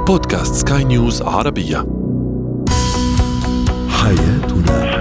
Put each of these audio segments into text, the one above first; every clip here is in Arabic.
بودكاست سكاي نيوز عربية. حياتنا.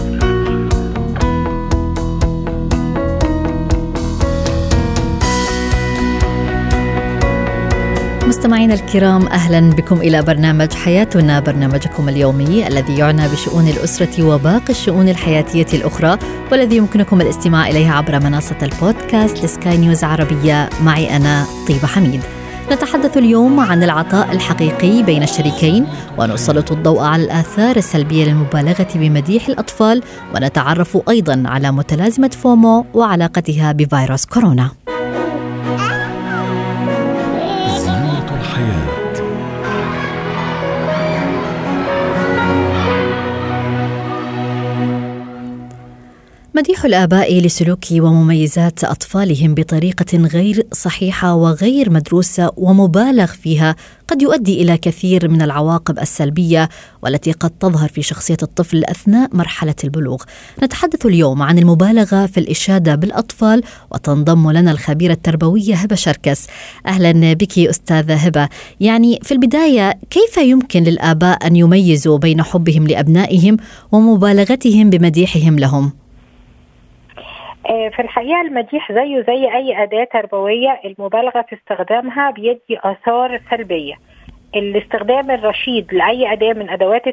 مستمعينا الكرام، أهلا بكم إلى برنامج حياتنا، برنامجكم اليومي الذي يعنى بشؤون الأسرة وباقي الشؤون الحياتية الأخرى، والذي يمكنكم الاستماع إليه عبر منصة البودكاست لسكاي نيوز عربية. معي أنا طيبة حميد. نتحدث اليوم عن العطاء الحقيقي بين الشريكين، ونسلط الضوء على الآثار السلبية للمبالغة بمديح الأطفال، ونتعرف أيضا على متلازمة فومو وعلاقتها بفيروس كورونا. مديح الآباء لسلوك ومميزات أطفالهم بطريقة غير صحيحة وغير مدروسة ومبالغ فيها قد يؤدي إلى كثير من العواقب السلبية والتي قد تظهر في شخصية الطفل أثناء مرحلة البلوغ. نتحدث اليوم عن المبالغة في الإشادة بالأطفال، وتنضم لنا الخبيرة التربوية هبة شركس. أهلا بك أستاذة هبة. يعني في البداية، كيف يمكن للآباء أن يميزوا بين حبهم لأبنائهم ومبالغتهم بمديحهم لهم؟ في الحقيقة المديح زيه زي أي أداة تربوية، المبالغة في استخدامها بيدي آثار سلبية. الاستخدام الرشيد لأي أداة من أدوات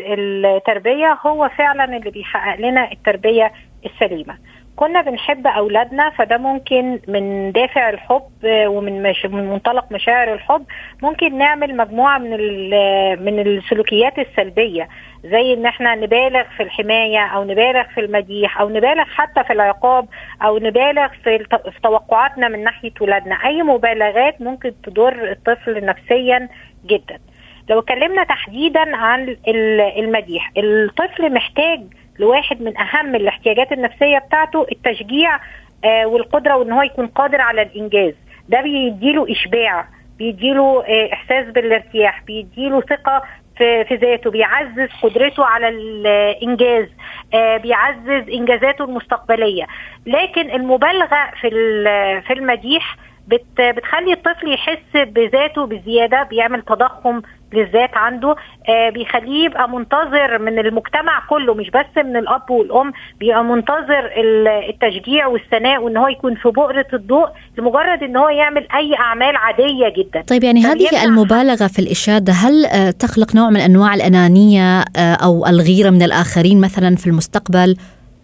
التربية هو فعلا اللي بيحقق لنا التربية السليمة. كنا بنحب أولادنا، فده ممكن من دافع الحب ومن منطلق مشاعر الحب ممكن نعمل مجموعة من السلوكيات السلبية، زي ان احنا نبالغ في الحماية او نبالغ في المديح او نبالغ حتى في العقاب او نبالغ في توقعاتنا من ناحية ولادنا. اي مبالغات ممكن تضر الطفل نفسيا جدا. لو اتكلمنا تحديدا عن المديح، الطفل محتاج لواحد من اهم الاحتياجات النفسية بتاعته، التشجيع والقدرة وان هو يكون قادر على الانجاز. ده بيديله اشباع، بيديله احساس بالارتياح، بيديله ثقة في ذاته، بيعزز قدرته على الإنجاز، بيعزز إنجازاته المستقبلية. لكن المبالغة في المديح بتخلي الطفل يحس بذاته بزيادة، بيعمل تضخم للذات عنده، بيخليه يبقى منتظر من المجتمع كله، مش بس من الأب والأم، بيبقى منتظر التشجيع والثناء وإن هو يكون في بؤرة الضوء لمجرد إن هو يعمل أي أعمال عادية جدا. طيب، يعني هذه المبالغة في الإشادة هل تخلق نوع من أنواع الأنانية أو الغيرة من الآخرين مثلا في المستقبل؟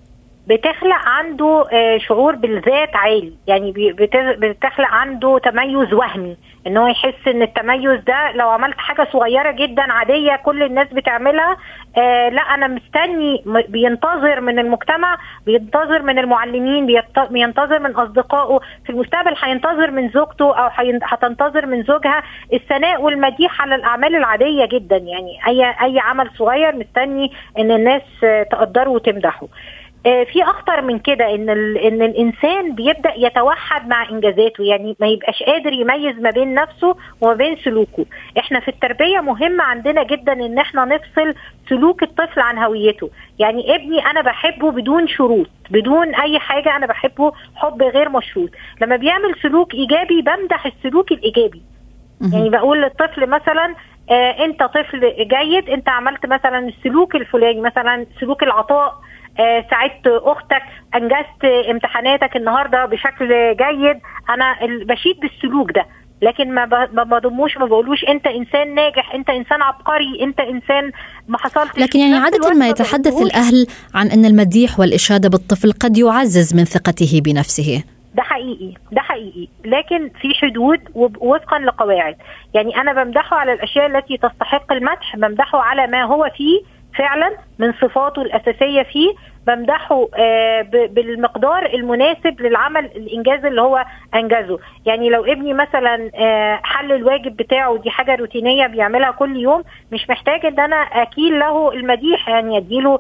بتخلق عنده شعور بالذات عالي، يعني بتخلق عنده تميز وهمي، ان هو يحس ان التميز ده لو عملت حاجة صغيرة جدا عادية كل الناس بتعملها، لا انا مستني، بينتظر من المجتمع، بينتظر من المعلمين، بينتظر من اصدقائه، في المستقبل هينتظر من زوجته او هتنتظر من زوجها الثناء والمديح على الاعمال العادية جدا. يعني اي عمل صغير مستني ان الناس تقدره وتمدحه. في اخطر من كده، ان الانسان بيبدأ يتوحد مع انجازاته، يعني ما يبقاش قادر يميز ما بين نفسه وما بين سلوكه. احنا في التربية مهم عندنا جدا ان احنا نفصل سلوك الطفل عن هويته. يعني ابني انا بحبه بدون شروط، بدون اي حاجة، انا بحبه حب غير مشروط. لما بيعمل سلوك ايجابي بمدح السلوك الايجابي. يعني بقول للطفل مثلا انت طفل جيد، انت عملت مثلا السلوك الفلاني، مثلا سلوك العطاء، ساعدت اختك، انجزت امتحاناتك النهارده بشكل جيد، انا بشيد بالسلوك ده. لكن ما بضموش، ما بقولوش انت انسان ناجح، انت انسان عبقري، انت انسان ما حصلتش. لكن يعني عادة ما يتحدث الاهل عن ان المديح والاشاده بالطفل قد يعزز من ثقته بنفسه. ده حقيقي، لكن في حدود وفقا لقواعد. يعني انا بمدحه على الاشياء التي تستحق المدح، بمدحه على ما هو فيه فعلا من صفاته الأساسية فيه، بمدحه بالمقدار المناسب للعمل الإنجاز اللي هو أنجزه. يعني لو ابني مثلا حل الواجب بتاعه، دي حاجة روتينية بيعملها كل يوم، مش محتاج ان انا اكيل له المديح، يعني اديله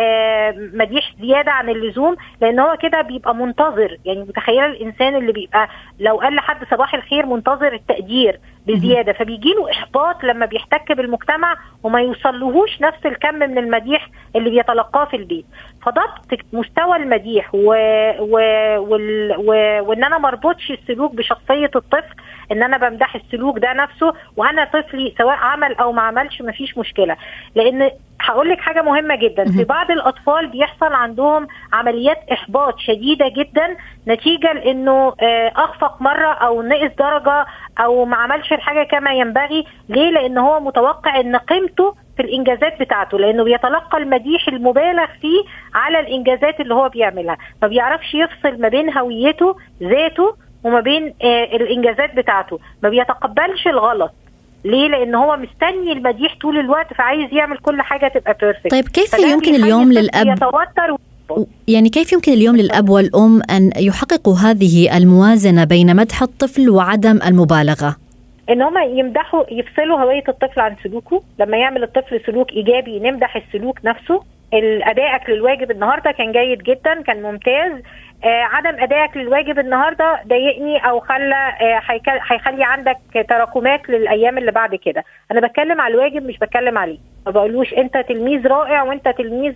مديح زيادة عن اللزوم، لان هو كده بيبقى منتظر. يعني متخيل الانسان اللي بيبقى لو قال لحد صباح الخير منتظر التقدير بزيادة، فبيجيله إحباط لما بيحتك بالمجتمع وما يوصلهوش نفس الكم من المديح اللي بيتلقاه في البيت. فضبط مستوى المديح وان انا مربطش السلوك بشخصية الطفل، ان انا بمدح السلوك ده نفسه، وانا طفلي سواء عمل او ما عملش مفيش مشكله. لان هقول لك حاجه مهمه جدا، في بعض الاطفال بيحصل عندهم عمليات احباط شديده جدا نتيجه لانه اخفق مره او نقص درجه او ما عملش الحاجه كما ينبغي. ليه؟ لان هو متوقع ان قيمته في الانجازات بتاعته، لانه بيتلقى المديح المبالغ فيه على الانجازات اللي هو بيعملها، ما بيعرفش يفصل ما بين هويته ذاته وما بين الانجازات بتاعته، ما بيتقبلش الغلط. ليه؟ لان هو مستني المديح طول الوقت، فعايز يعمل كل حاجه تبقى بيرفكت. طيب كيف يمكن اليوم للاب يتوتر يعني كيف يمكن اليوم للاب والام ان يحققوا هذه الموازنه بين مدح الطفل وعدم المبالغه؟ ان هم يمدحوا، يفصلوا هوية الطفل عن سلوكه. لما يعمل الطفل سلوك ايجابي نمدح السلوك نفسه. ادائك للواجب النهارده كان جيد جدا، كان ممتاز. عدم ادائك للواجب النهارده ضايقني او هيخلي عندك تراكمات للايام اللي بعد كده. انا بتكلم على الواجب مش بتكلم عليه، ما بقولوش انت تلميذ رائع وانت تلميذ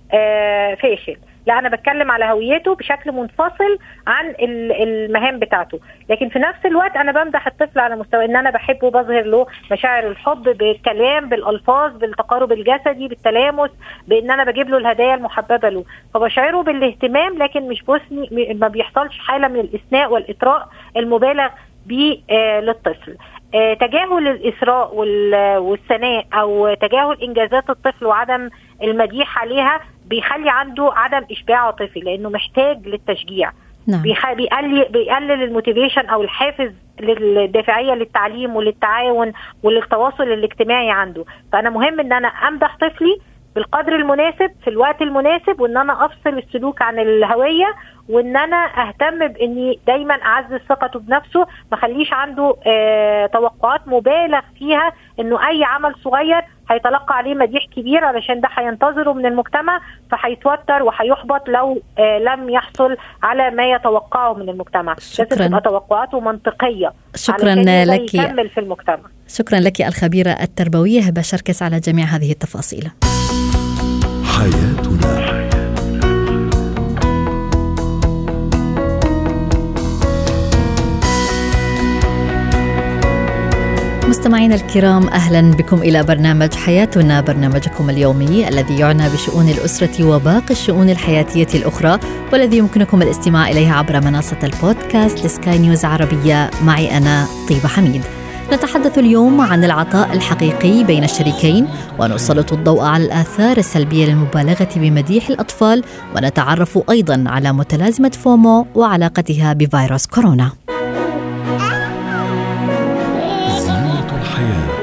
فاشل، لا انا بتكلم على هويته بشكل منفصل عن المهام بتاعته. لكن في نفس الوقت انا بمدح الطفل على مستوى ان انا بحبه، بظهر له مشاعر الحب بالكلام، بالالفاظ، بالتقارب الجسدي، بالتلامس، بان انا بجيب له الهدايا المحببه له، فبشعره بالاهتمام. لكن مش ما بيحصلش حاله من الاثناء والاطراء المبالغ به للطفل. تجاهل الإسراء والثناء أو تجاهل إنجازات الطفل وعدم المديح عليها بيخلي عنده عدم إشباع عاطفي، لأنه محتاج للتشجيع. نعم. بيقلل الموتيفيشن أو الحافز للدافعية للتعليم وللتعاون وللتواصل الاجتماعي عنده. فأنا مهم أن أنا أمدح طفلي بالقدر المناسب في الوقت المناسب، وان انا افصل السلوك عن الهوية، وان انا اهتم باني دايما اعزز ثقته بنفسه، ما خليش عنده توقعات مبالغ فيها انه اي عمل صغير هيتلقى عليه مديح كبير، علشان ده هينتظره من المجتمع، فهيتوتر وهيحبط لو لم يحصل على ما يتوقعه من المجتمع. لازم تبقى توقعاته منطقية. شكرا لك. يكمل في المجتمع. شكرا لك الخبيرة التربوية هبة شركس على جميع هذه التفاصيل. حياتنا. مستمعينا الكرام، أهلا بكم إلى برنامج حياتنا، برنامجكم اليومي الذي يعنى بشؤون الأسرة وباقي الشؤون الحياتية الأخرى، والذي يمكنكم الاستماع إليه عبر منصة البودكاست لسكاي نيوز عربية. معي أنا طيبة حميد. نتحدث اليوم عن العطاء الحقيقي بين الشريكين، ونسلط الضوء على الآثار السلبية للمبالغة بمديح الأطفال، ونتعرف أيضا على متلازمة فومو وعلاقتها بفيروس كورونا. زينة الحياة.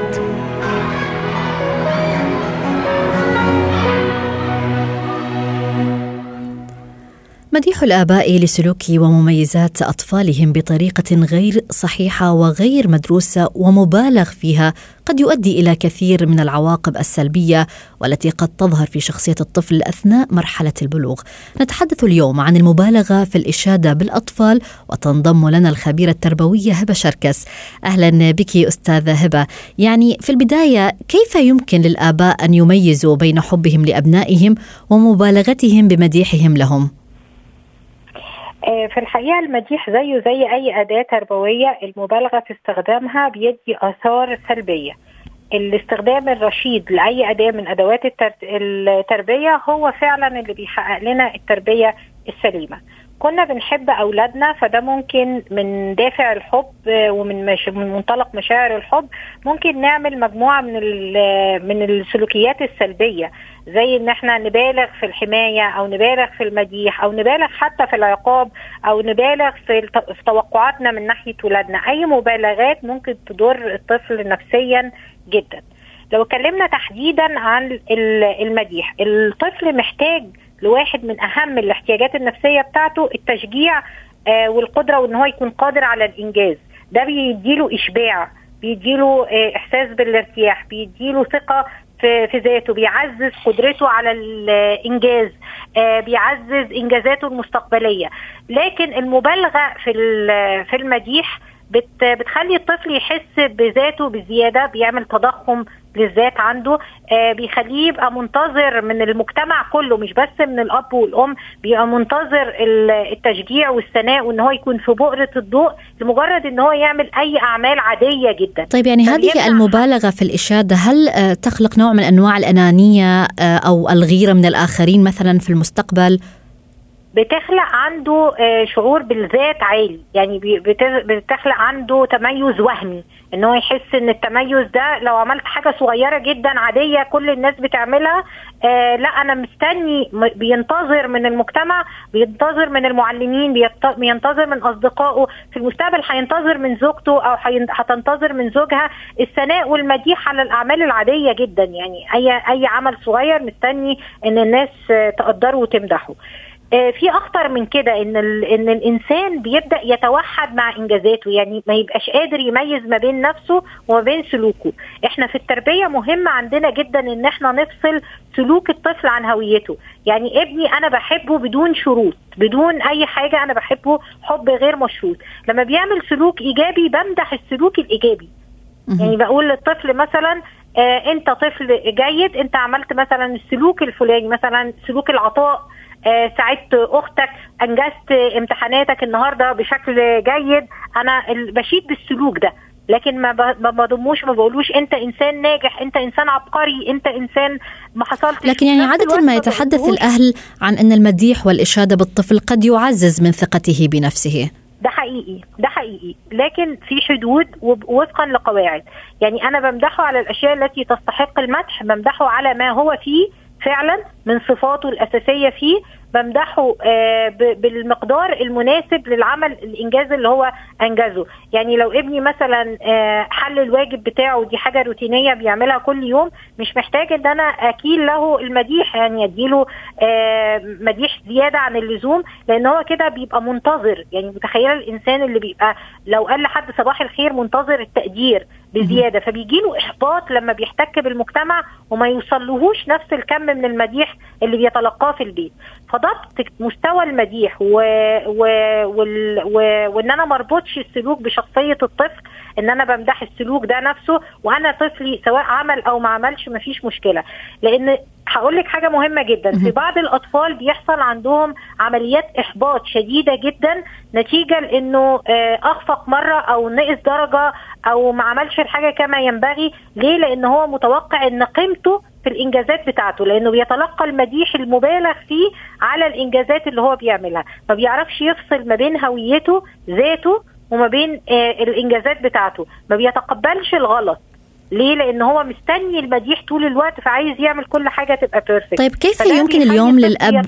مديح الآباء لسلوك ومميزات أطفالهم بطريقة غير صحيحة وغير مدروسة ومبالغ فيها قد يؤدي إلى كثير من العواقب السلبية والتي قد تظهر في شخصية الطفل أثناء مرحلة البلوغ. نتحدث اليوم عن المبالغة في الإشادة بالأطفال، وتنضم لنا الخبيرة التربوية هبة شركس. أهلا بك أستاذة هبة. يعني في البداية، كيف يمكن للآباء أن يميزوا بين حبهم لأبنائهم ومبالغتهم بمديحهم لهم؟ في الحقيقة المديح زيه زي أي أداة تربوية، المبالغة في استخدامها بيدي آثار سلبية. الاستخدام الرشيد لأي أداة من أدوات التربية هو فعلا اللي بيحقق لنا التربية السليمة. كنا بنحب أولادنا، فده ممكن من دافع الحب ومن منطلق مشاعر الحب ممكن نعمل مجموعة من السلوكيات السلبية، زي ان احنا نبالغ في الحماية او نبالغ في المديح او نبالغ حتى في العقاب او نبالغ في توقعاتنا من ناحية ولادنا. اي مبالغات ممكن تضر الطفل نفسيا جدا. لو اتكلمنا تحديدا عن المديح، الطفل محتاج لواحد من اهم الاحتياجات النفسية بتاعته التشجيع والقدرة، وان هو يكون قادر على الانجاز. ده بيديله اشباع، بيديله احساس بالارتياح، بيديله ثقة في ذاته، بيعزز قدرته على الإنجاز، بيعزز إنجازاته المستقبلية. لكن المبالغة في المديح بتخلي الطفل يحس بذاته بزيادة، بيعمل تضخم للذات عنده، بيخليه يبقى منتظر من المجتمع كله مش بس من الأب والأم، بيبقى منتظر التشجيع والثناء وإن هو يكون في بؤرة الضوء لمجرد إن هو يعمل أي أعمال عادية جدا. طيب يعني هذه المبالغة في الإشادة هل تخلق نوع من أنواع الأنانية أو الغيرة من الآخرين مثلا في المستقبل؟ بتخلق عنده شعور بالذات عالي، يعني بتخلق عنده تميز وهمي، ان هو يحس ان التميز ده لو عملت حاجة صغيرة جدا عادية كل الناس بتعملها، لا انا مستني، بينتظر من المجتمع، بينتظر من المعلمين، بينتظر من اصدقائه، في المستقبل هينتظر من زوجته او هتنتظر من زوجها الثناء والمديح على الاعمال العادية جدا، يعني اي عمل صغير مستني ان الناس تقدره وتمدحه. في اخطر من كده ان الانسان بيبدا يتوحد مع انجازاته، يعني ما يبقاش قادر يميز ما بين نفسه وما بين سلوكه. احنا في التربيه مهم عندنا جدا ان احنا نفصل سلوك الطفل عن هويته، يعني ابني انا بحبه بدون شروط، بدون اي حاجه، انا بحبه حب غير مشروط. لما بيعمل سلوك ايجابي بمدح السلوك الايجابي، يعني بقول للطفل مثلا انت طفل جيد، انت عملت مثلا السلوك الفلاني، مثلا سلوك العطاء، ساعدت اختك، انجزت امتحاناتك النهارده بشكل جيد، انا بشيد بالسلوك ده، لكن ما بضموش، ما بقولوش انت انسان ناجح، انت انسان عبقري، انت انسان ما حصلتش. لكن يعني عادة ما يتحدث الاهل عن ان المديح والاشاده بالطفل قد يعزز من ثقته بنفسه. ده حقيقي، لكن في حدود وفقا لقواعد، يعني انا بمدحه على الاشياء التي تستحق المدح، بمدحه على ما هو فيه فعلا من صفاته الأساسية فيه، بمدحه بالمقدار المناسب للعمل الإنجاز اللي هو أنجزه. يعني لو ابني مثلا حل الواجب بتاعه، دي حاجة روتينية بيعملها كل يوم، مش محتاج ان انا اكيل له المديح، يعني اديله مديح زيادة عن اللزوم، لان هو كده بيبقى منتظر. يعني متخيلة الانسان اللي بيبقى لو قال لحد صباح الخير منتظر التقدير بزيادة، فبيجيله إحباط لما بيحتك بالمجتمع وما يوصلهوش نفس الكم من المديح اللي بيتلقاه في البيت. فضبط مستوى المديح وان انا مربطش السلوك بشخصية الطفل، ان انا بمدح السلوك ده نفسه، وانا طفلي سواء عمل او ما عملش مفيش مشكلة. لان هقول لك حاجة مهمة جدا، في بعض الأطفال بيحصل عندهم عمليات إحباط شديدة جدا نتيجة لأنه أخفق مرة أو نقص درجة أو ما عملش الحاجة كما ينبغي. ليه؟ لأن هو متوقع أن قيمته في الإنجازات بتاعته، لأنه بيتلقى المديح المبالغ فيه على الإنجازات اللي هو بيعملها، ما بيعرفش يفصل ما بين هويته ذاته وما بين الإنجازات بتاعته، ما بيتقبلش الغلط. ليه؟ لأن هو مستني المديح طول الوقت، فعايز يعمل كل حاجة تبقى بيرفكت. طيب كيف يمكن اليوم للأب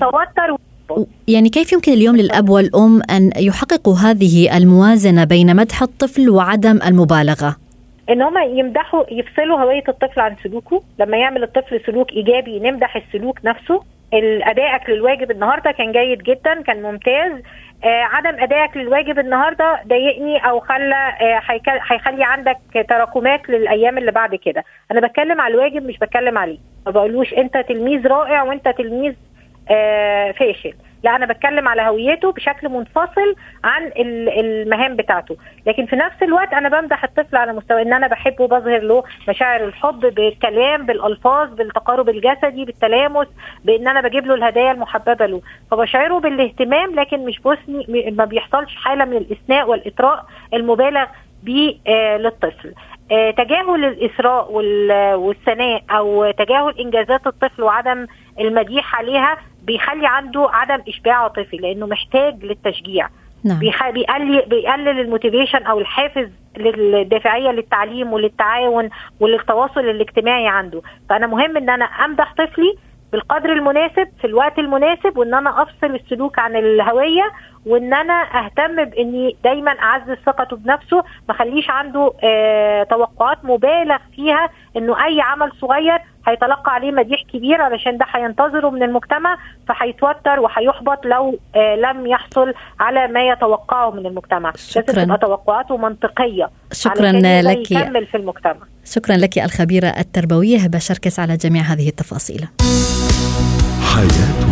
للأب والأم أن يحققوا هذه الموازنة بين مدح الطفل وعدم المبالغة؟ ان هم يمدحوا، يفصلوا هوية الطفل عن سلوكه. لما يعمل الطفل سلوك إيجابي نمدح السلوك نفسه. أدائك للواجب النهاردة كان جيد جدا، كان ممتاز. عدم أدائك للواجب النهاردة ضايقني أو هيخلي عندك تراكمات للأيام اللي بعد كده. أنا بتكلم على الواجب مش بتكلم عليه، ما بقولوش أنت تلميذ رائع وأنت تلميذ فاشل، لا أنا بتكلم على هويته بشكل منفصل عن المهام بتاعته. لكن في نفس الوقت أنا بمدح الطفل على مستوى إن أنا بحبه، بظهر له مشاعر الحب بالكلام، بالألفاظ، بالتقارب الجسدي، بالتلامس، بإن أنا بجيب له الهدايا المحببة له، فبشعره بالاهتمام، لكن مش ما بيحصلش حالة من الإثناء والإطراء المبالغ به للطفل. تجاهل الإسراء والثناء أو تجاهل إنجازات الطفل وعدم المديح عليها بيخلي عنده عدم إشباع عاطفي، لأنه محتاج للتشجيع. نعم. بيقلل الموتيفيشن أو الحافز للدافعية للتعليم وللتعاون وللتواصل الاجتماعي عنده. فأنا مهم إن أنا أمدح طفلي بالقدر المناسب في الوقت المناسب، وإن أنا أفصل السلوك عن الهوية، وإن أنا أهتم بإني دايما أعزز ثقته بنفسه، ما خليش عنده توقعات مبالغ فيها إنه أي عمل صغير هيتلقى عليه مديح كبير، علشان ده هينتظره من المجتمع، فهيتوتر وهيحبط لو لم يحصل على ما يتوقعه من المجتمع. لازم تبقى توقعاته منطقية. شكرا لك. يكمل في المجتمع. شكرا لك الخبيرة التربوية هبة شركس على جميع هذه التفاصيل. حياة